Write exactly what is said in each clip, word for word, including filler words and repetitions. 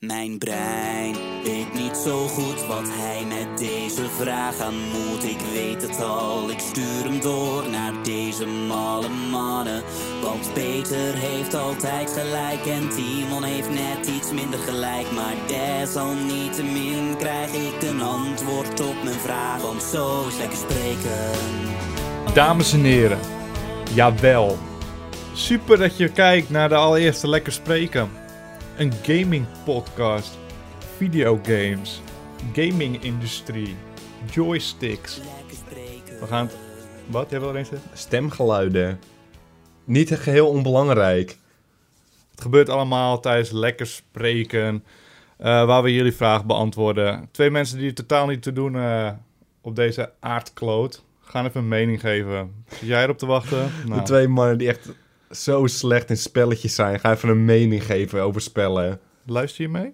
Mijn brein weet niet zo goed wat hij met deze vraag aan moet. Ik weet het al, ik stuur hem door naar deze malle mannen. Want Peter heeft altijd gelijk en Timon heeft net iets minder gelijk. Maar desalniettemin krijg ik een antwoord op mijn vraag. Want zo is lekker spreken. Dames en heren, jawel. Super dat je kijkt naar de allereerste Lekker Spreken. Een gaming podcast, videogames, gaming-industrie, joysticks. We gaan het... Wat? Jij wil er eens zeggen? Stemgeluiden. Niet geheel onbelangrijk. Het gebeurt allemaal tijdens Lekker Spreken, uh, waar we jullie vragen beantwoorden. Twee mensen die het totaal niet te doen uh, op deze aardkloot gaan even een mening geven. Zit jij erop te wachten? Nou. De twee mannen die echt zo slecht in spelletjes zijn, gaan even een mening geven over spellen. Luister je mee?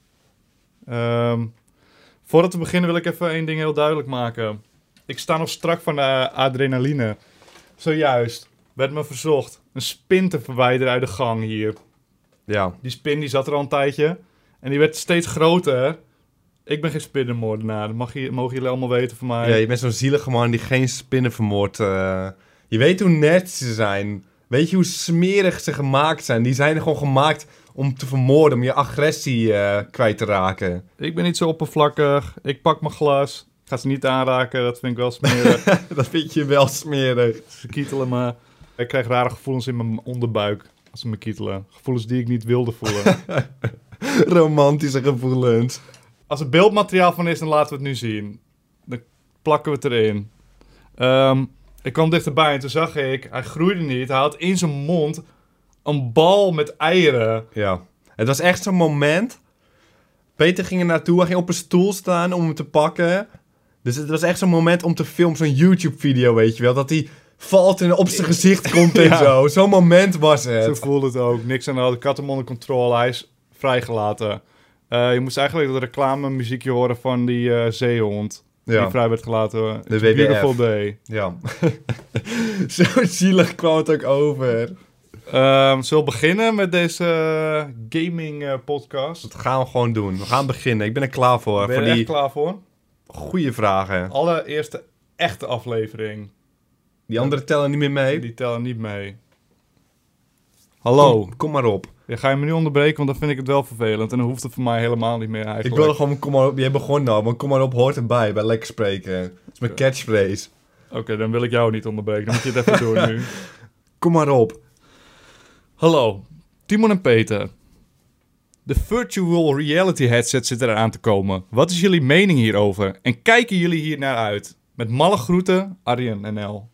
Um, voordat we beginnen wil ik even één ding heel duidelijk maken. Ik sta nog strak van de adrenaline. Zojuist werd me verzocht een spin te verwijderen uit de gang hier. Ja. Die spin die zat er al een tijdje. En die werd steeds groter. Ik ben geen spinnenmoordenaar. Dat mag je, mogen jullie allemaal weten van mij. Ja, je bent zo'n zielige man die geen spinnen vermoordt. Uh, je weet hoe net ze zijn. Weet je hoe smerig ze gemaakt zijn? Die zijn er gewoon gemaakt om te vermoorden, om je agressie uh, kwijt te raken. Ik ben niet zo oppervlakkig. Ik pak mijn glas. Ik ga ze niet aanraken, dat vind ik wel smerig. Dat vind je wel smerig. Ze kietelen me. Ik krijg rare gevoelens in mijn onderbuik als ze me kietelen. Gevoelens die ik niet wilde voelen. Romantische gevoelens. Als er beeldmateriaal van is, dan laten we het nu zien. Dan plakken we het erin. Um, ik kwam dichterbij en toen zag ik, hij groeide niet. Hij had in zijn mond een bal met eieren. Ja, het was echt zo'n moment. Peter ging er naartoe, hij ging op een stoel staan om hem te pakken. Dus het was echt zo'n moment om te filmen, zo'n YouTube-video, weet je wel. Dat hij valt en op zijn gezicht komt en ja. zo. Zo'n moment was het. Zo voelde het ook. Niks aan de hand. Ik had hem onder controle. Hij is vrijgelaten. Uh, je moest eigenlijk dat reclame muziekje horen van die uh, zeehond. Ja. Die vrij werd gelaten. De W W F. Beautiful day. Ja. Zo zielig kwam het ook over. Um, zullen we beginnen met deze uh, gaming uh, podcast? Dat gaan we gewoon doen. We gaan beginnen. Ik ben er klaar voor. Ben je voor er die echt klaar voor? Goeie vragen. Allereerste echte aflevering. Die anderen tellen niet meer mee? Die tellen niet mee. Hallo. Kom, kom maar op. Ja, ga je me nu onderbreken, want dan vind ik het wel vervelend. En dan hoeft het voor mij helemaal niet meer eigenlijk. Ik wil gewoon, kom maar op. Jij begon nou, maar kom maar op hoort erbij, bij Lekker Spreken. Dat is mijn catchphrase. Oké, okay, dan wil ik jou niet onderbreken. Dan moet je het even doen nu. Kom maar op. Hallo, Timon en Peter. De virtual reality headset zit eraan te komen. Wat is jullie mening hierover? En kijken jullie hier naar uit? Met malle groeten, Arjen N L.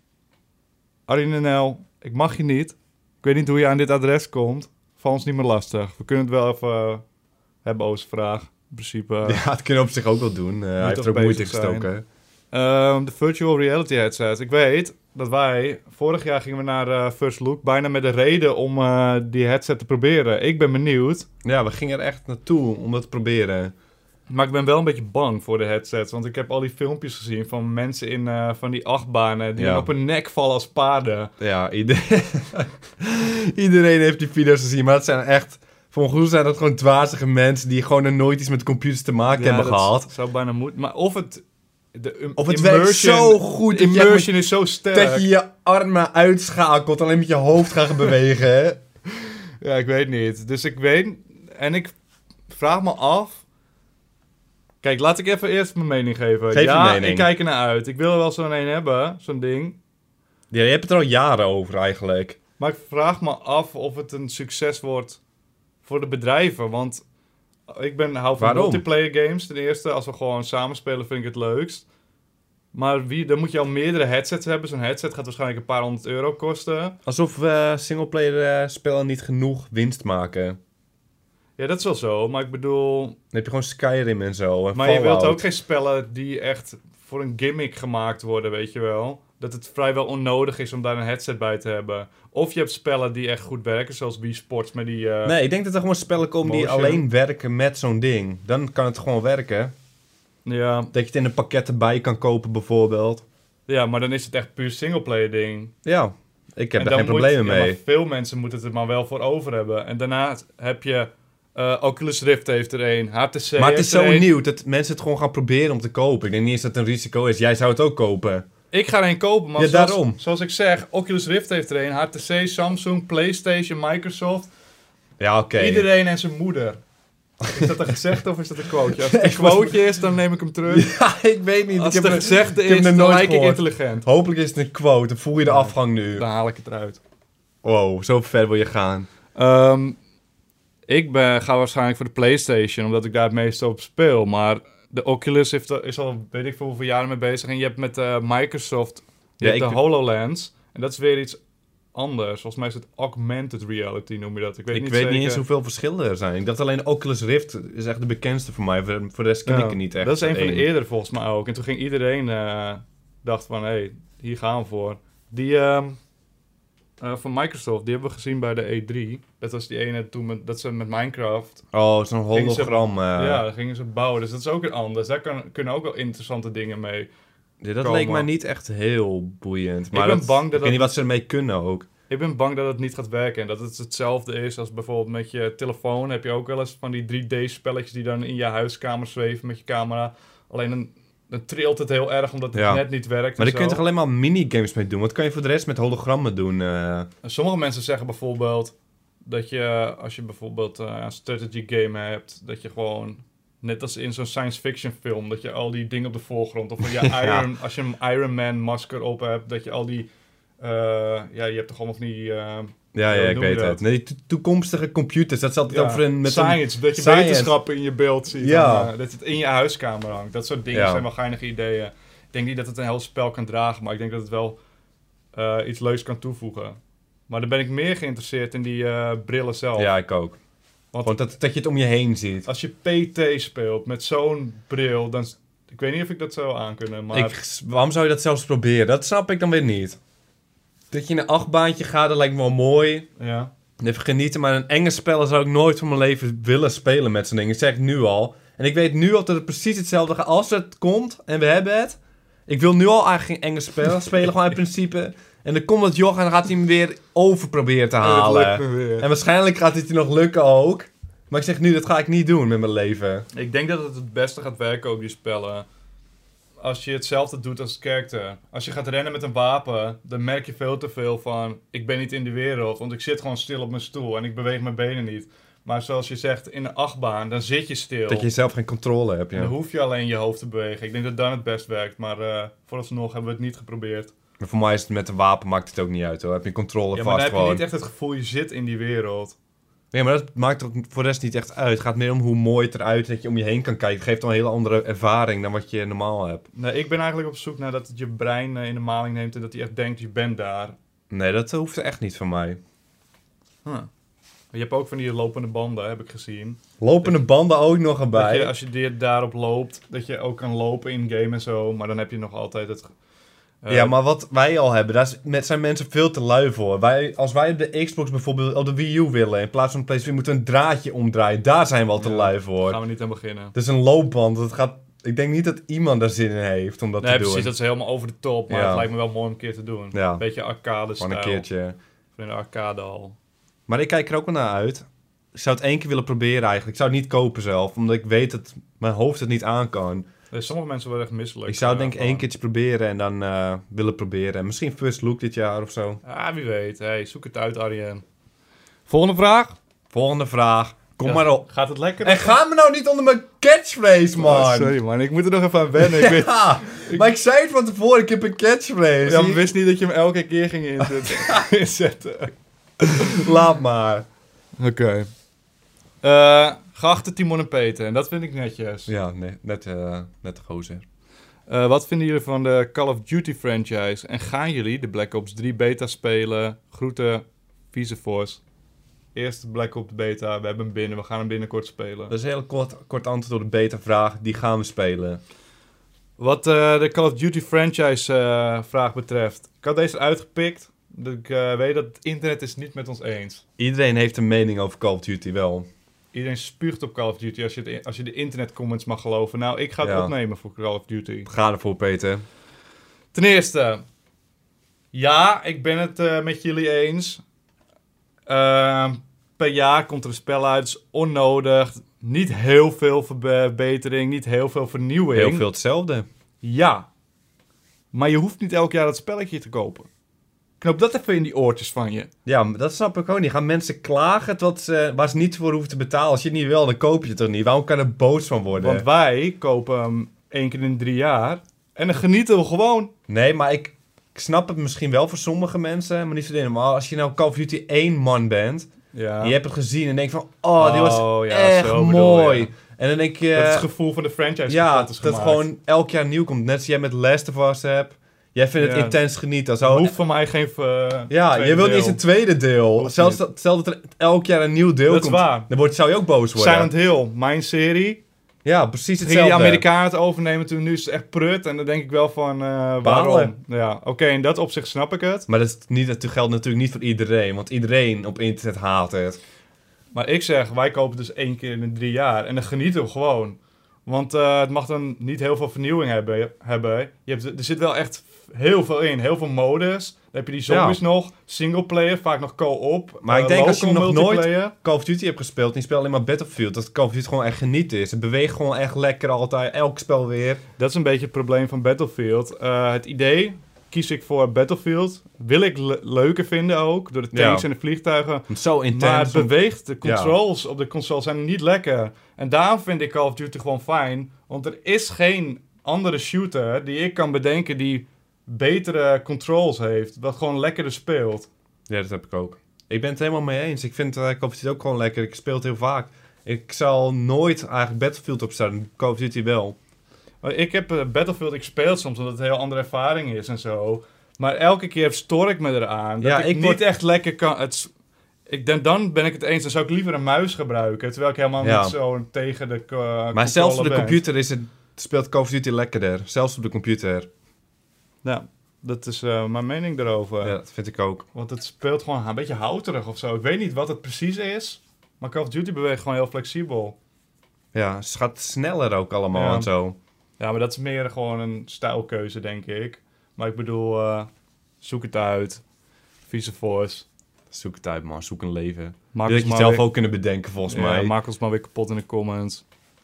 Arjen N L, ik mag je niet. Ik weet niet hoe je aan dit adres komt. Val ons niet meer lastig. We kunnen het wel even uh, hebben over zijn vraag. In principe. Uh, ja, dat kunnen we op zich ook wel doen. Uh, hij heeft er ook moeite in gestoken. Uh, de virtual reality headset. Ik weet dat wij... Vorig jaar gingen we naar uh, First Look. Bijna met de reden om uh, die headset te proberen. Ik ben benieuwd. Ja, we gingen er echt naartoe om dat te proberen. Maar ik ben wel een beetje bang voor de headsets. Want ik heb al die filmpjes gezien van mensen in uh, van die achtbanen... die ja. op hun nek vallen als paarden. Ja, iedereen... iedereen heeft die video's gezien. Maar het zijn echt... Voor mijn gevoel zijn dat gewoon dwazige mensen... die gewoon er nooit iets met computers te maken ja, hebben gehad. Dat zou bijna moeten. Maar of het... De um, of het werkt zo goed. De immersion met, is zo sterk. Dat je je armen uitschakelt. Alleen met je hoofd gaat bewegen. Hè? Ja, ik weet niet. Dus ik weet... En ik vraag me af... Kijk, laat ik even eerst mijn mening geven. Geef ja, je mening. Ik kijk er naar uit. Ik wil er wel zo'n een hebben. Zo'n ding. Ja, je hebt het er al jaren over eigenlijk. Maar ik vraag me af of het een succes wordt voor de bedrijven. Want... Ik ben, hou van Waarom? multiplayer games. Ten eerste, als we gewoon samen spelen, vind ik het leukst. Maar wie, dan moet je al meerdere headsets hebben. Zo'n headset gaat waarschijnlijk een paar honderd euro kosten. Alsof uh, singleplayer uh, spellen niet genoeg winst maken. Ja, dat is wel zo. Maar ik bedoel... Dan heb je gewoon Skyrim en zo. En maar Fallout. Je wilt ook geen spellen die echt voor een gimmick gemaakt worden, weet je wel. Dat het vrijwel onnodig is om daar een headset bij te hebben. Of je hebt spellen die echt goed werken, zoals Wii Sports met die... Uh, nee, ik denk dat er gewoon spellen komen motion. die alleen werken met zo'n ding. Dan kan het gewoon werken. Ja. Dat je het in een pakket erbij kan kopen, bijvoorbeeld. Ja, maar dan is het echt puur singleplayer ding. Ja, ik heb en daar geen problemen moet, mee. Ja, maar veel mensen moeten het er maar wel voor over hebben. En daarna heb je Uh, Oculus Rift heeft er een. H T C Maar het is zo er een. nieuw dat mensen het gewoon gaan proberen om te kopen. Ik denk niet eens dat het een risico is. Jij zou het ook kopen. Ik ga er een kopen, maar Ja, zoals, daarom. zoals ik zeg, Oculus Rift heeft er een. H T C, Samsung, PlayStation, Microsoft. Ja, oké. Okay. Iedereen en zijn moeder. Is dat een gezegde of is dat een quoteje? Als het een quoteje is, dan neem ik hem terug. Ja, ik weet niet. Als ik het heb een gezegde ik heb is, hem dan nooit lijk ik gehoord. intelligent. Hopelijk is het een quote. Dan voel je de Ja. afgang nu. Dan haal ik het eruit. Wow, zo ver wil je gaan. Um, ik ben, ga waarschijnlijk voor de PlayStation, omdat ik daar het meeste op speel. Maar de Oculus heeft, is al weet ik veel hoeveel jaren mee bezig. En je hebt met uh, Microsoft je Ja, hebt ik de ben- HoloLens. En dat is weer iets anders. Volgens mij is het augmented reality, noem je dat. Ik weet, Ik niet, weet zeker. niet eens hoeveel verschillen er zijn. Ik dacht alleen Oculus Rift is echt de bekendste voor mij. Voor, voor de rest ken Ja, ik er niet echt. Dat is een van de één. eerdere volgens mij ook. En toen ging iedereen uh, dacht van, hé, hey, hier gaan we voor. Die um, uh, van Microsoft, die hebben we gezien bij de E drie. Dat was die ene toen met, dat ze met Minecraft... Oh, zo'n Gingen ze- hologram. eh. ja, daar gingen ze bouwen. Dus dat is ook weer anders. Daar kan, kunnen ook wel interessante dingen mee. Ja, dat komen. leek mij niet echt heel boeiend. Maar ben dat- bang dat ik weet dat- niet wat ze ermee kunnen ook. Ik ben bang dat het niet gaat werken. En dat het hetzelfde is als bijvoorbeeld met je telefoon. Heb je ook wel eens van die drie D-spelletjes die dan in je huiskamer zweven met je camera. Alleen dan, dan trilt het heel erg omdat het Ja. net niet werkt. Maar en daar kun je zo. toch alleen maar minigames mee doen? Wat kan je voor de rest met hologrammen doen? eh? En sommige mensen zeggen bijvoorbeeld dat je, als je bijvoorbeeld uh, een strategy game hebt, dat je gewoon, net als in zo'n science fiction film, dat je al die dingen op de voorgrond, of je Ja. Iron, als je een Iron Man masker op hebt, dat je al die, uh, ja, je hebt toch allemaal van die... Uh, Ja, Ja, ja, hoe ik noem je weet dat? het. Nee, die to- toekomstige computers, dat is altijd ja, over een... Met een science, dat je science. wetenschappen in je beeld ziet. Ja. En, uh, dat het in je huiskamer hangt. Dat soort dingen Ja. zijn wel geinige ideeën. Ik denk niet dat het een heel spel kan dragen, maar ik denk dat het wel uh, iets leuks kan toevoegen. Maar dan ben ik meer geïnteresseerd in die uh, brillen zelf. Ja, ik ook. Want Gewoon dat, dat je het om je heen ziet. als je P T speelt met zo'n bril, dan... Ik weet niet of ik dat zou aankunnen, maar... Ik, waarom zou je dat zelfs proberen? Dat snap ik dan weer niet. Dat je in een achtbaantje gaat, dat lijkt me wel mooi. Ja. Even genieten, maar een enge spel zou ik nooit van mijn leven willen spelen met zo'n ding. Dat zeg ik nu al. En ik weet nu al dat het precies hetzelfde gaat. Als het komt en we hebben het. Ik wil nu al eigenlijk geen enge spellen spelen, gewoon in principe. En dan komt het joch en dan gaat hij hem weer over proberen te En het halen. lukt me weer. En waarschijnlijk gaat het je nog lukken ook. Maar ik zeg nu, dat ga ik niet doen met mijn leven. Ik denk dat het het beste gaat werken, ook die spellen. Als je hetzelfde doet als het character. Als je gaat rennen met een wapen, dan merk je veel te veel van... Ik ben niet in de wereld, want ik zit gewoon stil op mijn stoel en ik beweeg mijn benen niet. Maar zoals je zegt, in een achtbaan, dan zit je stil. Dat je zelf geen controle hebt, En ja. dan hoef je alleen je hoofd te bewegen. Ik denk dat dan het best werkt, maar uh, vooralsnog hebben we het niet geprobeerd. Maar voor mij is het met een wapen maakt het ook niet uit hoor. Heb je controle Ja, maar vast dan heb je gewoon. niet echt het gevoel, je zit in die wereld. Nee, maar dat maakt ook voor de rest niet echt uit. Het gaat meer om hoe mooi het eruit dat je om je heen kan kijken. Het geeft dan een hele andere ervaring dan wat je normaal hebt. Nee, ik ben eigenlijk op zoek naar dat het je brein uh, in de maling neemt en dat hij echt denkt, je bent daar. Nee, dat hoeft echt niet van mij. Huh. Je hebt ook van die lopende banden, heb ik gezien. Lopende banden ook nog Dat erbij. je, als je die, daarop loopt, dat je ook kan lopen in-game en zo. Maar dan heb je nog altijd het... uh, Ja, maar wat wij al hebben, daar is- met zijn mensen veel te lui voor. Wij, als wij op de Xbox bijvoorbeeld op de Wii U willen, in plaats van de PlayStation, moeten we een draadje omdraaien. Daar zijn we al te Ja, lui voor. gaan we niet aan beginnen. Het is een loopband. Dat gaat, ik denk niet dat iemand daar zin in heeft om dat Nee, te doen. precies, dat is helemaal over de top. Maar Ja. het lijkt me wel mooi om een keer te doen. Ja. Een beetje arcade-stijl. Gewoon een keertje. Van in de arcadehal. Maar ik kijk er ook wel naar uit. Ik zou het één keer willen proberen eigenlijk. Ik zou het niet kopen zelf, omdat ik weet dat mijn hoofd het niet aan kan. Nee, sommige mensen worden echt misselijk. Ik zou het uh, denk ik van. één keertje proberen en dan uh, willen proberen. En misschien first look dit jaar of zo. Ja, wie weet. Hey, zoek het uit, Arjen. Volgende vraag. Volgende vraag. Kom Ja, maar op. Gaat het lekker? En ga me nou niet onder mijn catchphrase, man. Oh, sorry man, ik moet er nog even aan wennen. Ik weet... Ja, maar ik zei het van tevoren, ik heb een catchphrase. Ja, maar wist niet dat je hem elke keer ging inzetten. inzetten. Laat maar. Oké. Okay. Uh, geachte Timon en Peter, en dat vind ik netjes. Ja, nee, net, uh, net de gozer. Uh, wat vinden jullie van de Call of Duty franchise? En gaan jullie de Black Ops drie beta spelen? Groeten, Viceforce. Eerste Black Ops beta, we hebben hem binnen, we gaan hem binnenkort spelen. Dat is een heel kort, kort antwoord op de beta-vraag. Die gaan we spelen. Wat uh, de Call of Duty franchise uh, vraag betreft. Ik had deze uitgepikt. Dat ik uh, weet dat het internet is niet met ons eens. Iedereen heeft een mening over Call of Duty wel. Iedereen spuugt op Call of Duty als je, het, als je de internetcomments mag geloven. Nou, ik ga het Ja. opnemen voor Call of Duty. Ga ervoor, Peter. Ten eerste. Ja, ik ben het uh, met jullie eens. Uh, per jaar komt er een spel uit. Het is onnodig. Niet heel veel verbetering. Niet heel veel vernieuwing. Heel veel hetzelfde. Ja. Maar je hoeft niet elk jaar dat spelletje te kopen. Knoop dat even in die oortjes van je. Ja, maar dat snap ik ook niet. Gaan mensen klagen tot ze, waar ze niet voor hoeven te betalen? Als je het niet wil, dan koop je het toch niet? Waarom kan er boos van worden? Want wij kopen hem één keer in drie jaar. En dan genieten we gewoon. Nee, maar ik, ik snap het misschien wel voor sommige mensen, maar niet voor iedereen. Maar als je nou Call of Duty één man bent, Ja. en je hebt het gezien en denkt van, oh, dit was Oh, ja, echt zo bedoel mooi. je. En dan denk je, Dat is het gevoel van de franchise. ja, kapot dat is het gemaakt. gewoon elk jaar nieuw komt. Net zoals jij met Last of Us hebt. Jij vindt het Ja. intens genieten. Dat Zo, hoeft van mij geen uh, ja, je wilt niet eens een tweede deel. Hoeft Zelfs niet. dat, stel dat er elk jaar een nieuw deel Dat is komt. waar. Dan wordt, zou je ook boos worden. Silent Hill, mijn serie. Ja, precies Gingen hetzelfde. die Amerikanen het overnemen toen, nu is het echt prut. En dan denk ik wel van, uh, waarom? Ja, oké, okay, in dat opzicht snap ik het. Maar dat, is niet, dat geldt natuurlijk niet voor iedereen. Want iedereen op internet haat het. Maar ik zeg, wij kopen dus één keer in de drie jaar. En dan genieten we gewoon. Want uh, het mag dan niet heel veel vernieuwing hebben. hebben. Je hebt, er zit wel echt heel veel in. Heel veel modus. Dan heb je die zombies Ja. nog. Singleplayer, vaak nog co-op. Maar uh, ik denk als je local nog nooit multiplayer. Call of Duty hebt gespeeld en je speelt alleen maar Battlefield, dat Call of Duty gewoon echt genieten is. Het beweegt gewoon echt lekker altijd, elk spel weer. Dat is een beetje het probleem van Battlefield. Uh, het idee, kies ik voor Battlefield. Wil ik le- leuker vinden ook. Door de tanks Ja. en de vliegtuigen. Zo Maar intens. het beweegt. De controls op de console zijn niet lekker. En daarom vind ik Call of Duty gewoon fijn. Want er is geen andere shooter die ik kan bedenken die betere controls heeft. Wat gewoon lekkerder speelt. Ja, dat heb ik ook. Ik ben het helemaal mee eens. Ik vind uh, Call of Duty ook gewoon lekker. Ik speel het heel vaak. Ik zal nooit eigenlijk Battlefield opstarten. Call of Duty wel. Ik heb uh, Battlefield, ik speel soms omdat het een heel andere ervaring is en zo. Maar elke keer stoor ik me eraan. Dat Ja, ik, ik niet word- echt lekker kan... Het, s- ik denk, dan ben ik het eens. Dan zou ik liever een muis gebruiken. Terwijl ik helemaal Ja. niet zo tegen de uh, Maar zelfs op de ben. computer is het, speelt Call of Duty lekkerder. Zelfs op de computer. Ja, dat is uh, mijn mening daarover. Ja, dat vind ik ook. Want het speelt gewoon een beetje houterig of zo. Ik weet niet wat het precies is. Maar Call of Duty beweegt gewoon heel flexibel. Ja, het gaat sneller ook allemaal Ja. en zo. Ja, maar dat is meer gewoon een stijlkeuze, denk ik. Maar ik bedoel, uh, zoek het uit. Vice Force. Zoek het uit, man. Zoek een leven. Maak Die ons had je maar zelf weer- ook kunnen bedenken, volgens Ja, mij. maak ons maar weer kapot in de comments.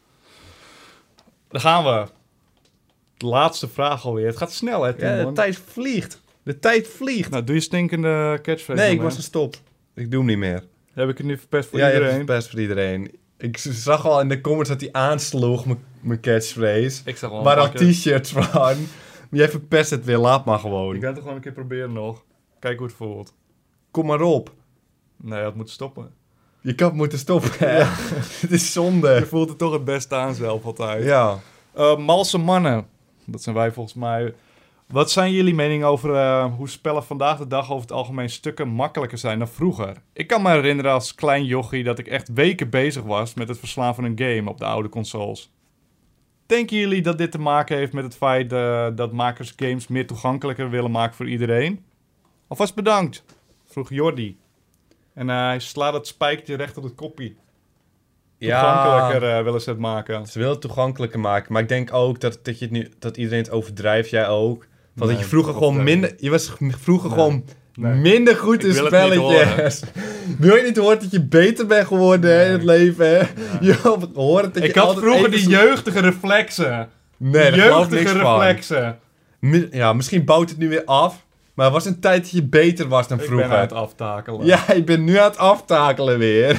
Dan gaan we. De laatste vraag alweer. Het gaat snel, hè, Ja, Timon? de tijd vliegt. De tijd vliegt. Nou, doe je stinkende catchphrase. nee, dan, ik hè? was gestopt. Ik doe hem niet meer. Heb ik het nu verpest voor ja, je hebt iedereen? het best voor iedereen. Ik z- zag al in de comments dat hij aansloeg, m- mijn catchphrase. Ik zeg wel. Waar al maak het- t-shirts van. Jij verpest het weer, laat maar gewoon. Ik ga het gewoon een keer proberen nog. Kijk hoe het voelt. Kom maar op. Nee, je had moeten stoppen. Je kan moeten stoppen, hè. Het is Je zonde. voelt het toch het beste aan zelf altijd. Ja. Uh, Malse mannen. Dat zijn wij volgens mij. Wat zijn jullie meningen over uh, hoe spellen vandaag de dag over het algemeen stukken makkelijker zijn dan vroeger? Ik kan me herinneren als klein jochie dat ik echt weken bezig was met het verslaan van een game op de oude consoles. Denken jullie dat dit te maken heeft met het feit uh, dat makers games meer toegankelijker willen maken voor iedereen? Alvast bedankt, vroeg Jordi. En uh, hij slaat het spijkertje recht op het koppie. Toegankelijker uh, willen ze het maken. Ze willen het toegankelijker maken. Maar ik denk ook dat, dat, je het nu, dat iedereen het overdrijft. Jij ook. Want Nee, dat je vroeger gewoon overdrijven. minder... Je was g- vroeger Nee. gewoon Nee. minder goed Ik in wil het niet spelletjes. Wil je niet horen dat je beter bent geworden hè, Nee. in het leven? Hè? Je hoort dat Ik je had altijd vroeger even die zo- jeugdige reflexen. Nee, daar geloof ik jeugdige niks van. reflexen. Mi- Ja, misschien bouwt het nu weer af. Maar er was een tijd dat je beter was dan Ik vroeger. ben aan het aftakelen. Ja, ik ben nu aan het aftakelen weer.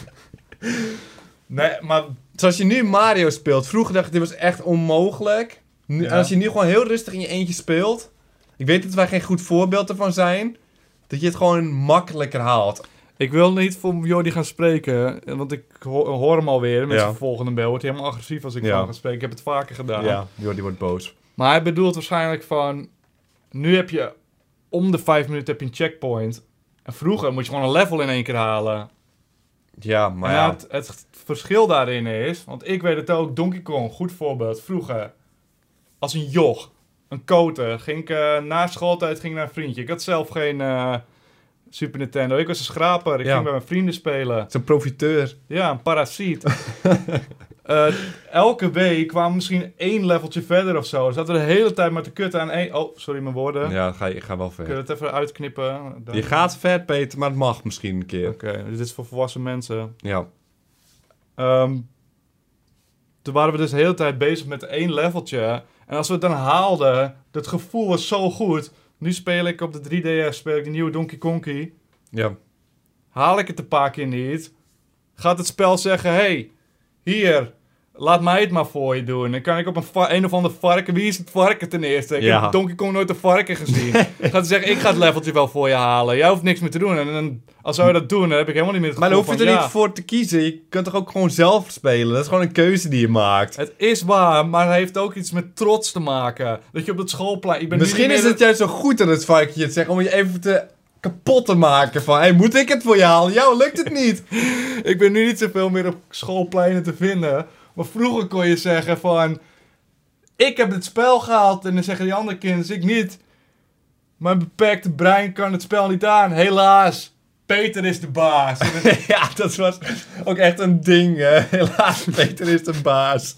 Nee, maar Zoals je nu Mario speelt. Vroeger dacht ik, dit was echt onmogelijk. Nu, Ja. En als je nu gewoon heel rustig in je eentje speelt. Ik weet dat wij geen goed voorbeeld ervan zijn. Dat je het gewoon makkelijker haalt. ik wil niet voor Jordi gaan spreken. Want ik ho- hoor hem alweer met Ja. zijn volgende bel. Wordt hij helemaal agressief als ik Ja. van ga spreken. Ik heb het vaker gedaan. Ja, Jordi wordt boos. Maar hij bedoelt waarschijnlijk van... Nu heb je... Om de vijf minuten heb je een checkpoint. En vroeger moet je gewoon een level in één keer halen. Ja, maar En ja. het, het verschil daarin is... Want ik weet het ook. Donkey Kong, goed voorbeeld. Vroeger. Als een joch. Een koter. Ging ik uh, na schooltijd ging ik naar een vriendje. Ik had zelf geen uh, Super Nintendo. Ik was een schraper. Ik Ja. ging bij mijn vrienden spelen. Zo'n profiteur. Ja, een parasiet. Uh, elke week kwamen we misschien één leveltje verder of zo. Dan zaten we de hele tijd maar te kutten aan één... Oh, sorry, mijn woorden. Ja, ga, ik ga wel ver. Kun je het even uitknippen? Dan... Je gaat ver, Peter, maar het mag misschien een keer. Oké, okay, dit is voor volwassen mensen. Ja. Um, toen waren we dus de hele tijd bezig met één leveltje. En als we het dan haalden, dat gevoel was zo goed. Nu speel ik op de drie D S, speel ik de nieuwe Donkey Konkie. Ja. Haal ik het een paar keer niet, gaat het spel zeggen... Hey, hier, laat mij het maar voor je doen. Dan kan ik op een, va- een of ander varken... Wie is het varken ten eerste? Ik ja. heb Donkey Kong nooit een varken gezien. Dan gaat hij zeggen, ik ga het leveltje wel voor je halen. Jij hoeft niks meer te doen. En dan, als zou je dat doen, dan heb ik helemaal niet meer het Maar dan gevoel hoef je er van, niet voor te kiezen. Je kunt toch ook gewoon zelf spelen? Dat is gewoon een keuze die je maakt. Het is waar, maar het heeft ook iets met trots te maken. Dat je op het schoolplein... Ik ben Misschien nu niet is meer het juist zo goed dat het varkentje het zegt om je even te kapot te maken. Van, hey, moet ik het voor je halen? Jou lukt het niet. Ik ben nu niet zoveel meer op schoolpleinen te vinden. Maar vroeger kon je zeggen van... Ik heb het spel gehaald. En dan zeggen die andere kinderen, ik niet. Mijn beperkte brein kan het spel niet aan. Helaas. Peter is de baas. Dan... Ja, dat was ook echt een ding. Hè? Helaas, Peter is de baas.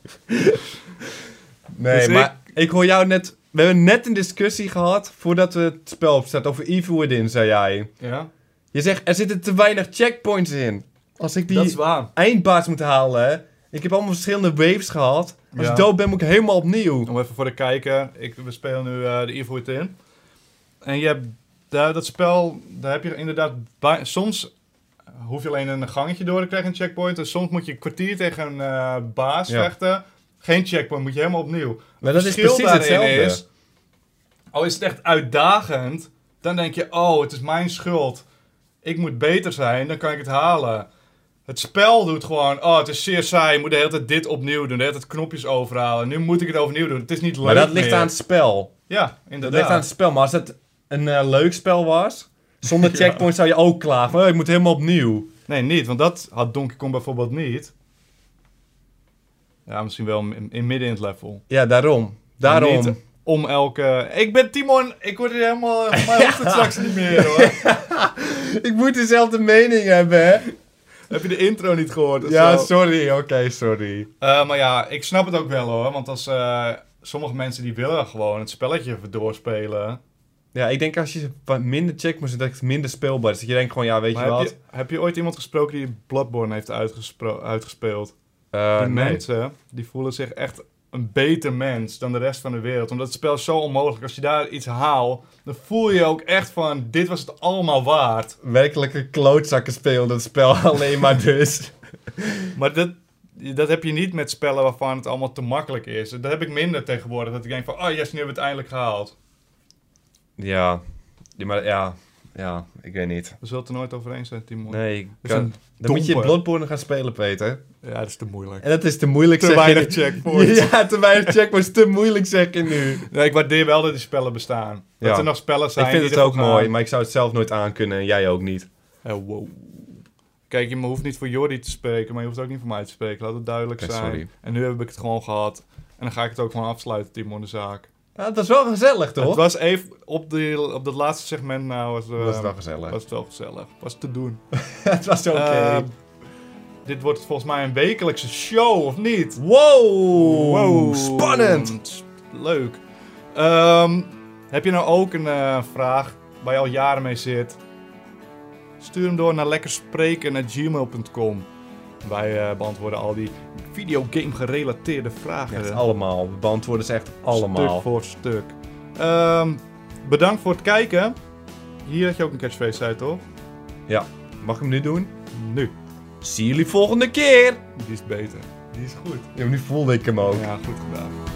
Nee, Dus maar ik... ik hoor jou net... We hebben net een discussie gehad voordat we het spel opstarten over Evil Within, zei jij. Ja? Je zegt, er zitten te weinig checkpoints in. Als ik Dat is die waar. eindbaas moet halen, hè. Ik heb allemaal verschillende waves gehad. Als Ja. ik dood ben, moet ik helemaal opnieuw. Om even voor de kijker. Ik, we spelen nu uh, de Evil Within. En je hebt daar, dat spel, daar heb je inderdaad... Bij, soms hoef je alleen een gangetje door te krijgen, een checkpoint. En soms moet je een kwartier tegen een uh, baas Ja. vechten. Geen checkpoint, moet je helemaal opnieuw. Maar dat is verschil precies daarin hetzelfde. Is, al is het echt uitdagend, dan denk je, oh, het is mijn schuld. Ik moet beter zijn, dan kan ik het halen. Het spel doet gewoon, oh, het is zeer saai, je moet de hele tijd dit opnieuw doen, de hele tijd knopjes overhalen. Nu moet ik het overnieuw doen, het is niet leuk Maar dat ligt meer. aan het spel. Ja, Dat inderdaad. ligt aan het spel. Maar als het een uh, leuk spel was, zonder Ja. checkpoints zou je ook klagen. Oh, ik moet helemaal opnieuw. Nee, niet, want dat had Donkey Kong bijvoorbeeld niet. Ja, misschien wel in, in midden in het level. Ja, daarom. Daarom. Niet om elke... Ik ben Timon, ik word hier helemaal... Voor mij hoeft het straks niet meer, hoor. Ik moet dezelfde mening hebben, hè? Heb je de intro niet gehoord? of Ja, zo? sorry. Oké, okay, sorry. Uh, maar ja, ik snap het ook wel, hoor. Want als uh, sommige mensen die willen gewoon het spelletje even doorspelen. Ja, ik denk als je wat minder checkpoints dat het minder speelbaar is. Dat je denkt gewoon, ja, weet Maar je heb wat? je, heb je ooit iemand gesproken die Bloodborne heeft uitgespro- uitgespeeld? Uh, Die nee. mensen, die voelen zich echt een beter mens dan de rest van de wereld. Omdat het spel is zo onmogelijk. Als je daar iets haalt, dan voel je ook echt van, dit was het allemaal waard. Werkelijke klootzakken spelen dat spel alleen maar dus. Maar dat, dat heb je niet met spellen waarvan het allemaal te makkelijk is. Dat heb ik minder tegenwoordig. Dat ik denk van, oh yes, nu hebben we het eindelijk gehaald. Ja. ja, maar ja, ja, ik weet niet. We zullen het er nooit over eens zijn, Timon. Nee, ik Dat is kan... een dan moet je domper. Bloodborne gaan spelen, Peter. Ja, dat is te moeilijk. En dat is te moeilijk, Te zeg weinig je. checkpoints. Ja, te weinig checkpoints, te moeilijk, zeg je nu. Nee, ik waardeer wel dat die spellen bestaan. Dat Ja. er nog spellen zijn Ik vind die het ook ervoor gaan. mooi, maar ik zou het zelf nooit aankunnen en jij ook niet. Eh, wow. Kijk, je hoeft niet voor Jordi te spreken, maar je hoeft ook niet voor mij te spreken. Laat het duidelijk Oké, zijn. sorry. En nu heb ik het gewoon gehad. En dan ga ik het ook gewoon afsluiten, Timon, de zaak. Ja, dat is wel gezellig, toch? Het was even op, de, op dat laatste segment nou... Was, uh, was het wel gezellig. Was het wel gezellig. Was te doen. het was oké. Uh, dit wordt volgens mij een wekelijkse show, of niet? Wow! Wow. Spannend! Leuk. Um, heb je nou ook een uh, vraag waar je al jaren mee zit? Stuur hem door naar lekkerspreken at gmail dot com. Wij uh, beantwoorden al die videogame gerelateerde vragen. Echt allemaal. We beantwoorden ze echt allemaal. Stuk voor stuk. Um, bedankt voor het kijken. Hier had je ook een catchphrase, zei je toch? Ja. Mag ik hem nu doen? Nu. Zie jullie volgende keer! Die is beter. Die is goed. Ja, nu voelde ik hem ook. Ja, goed gedaan.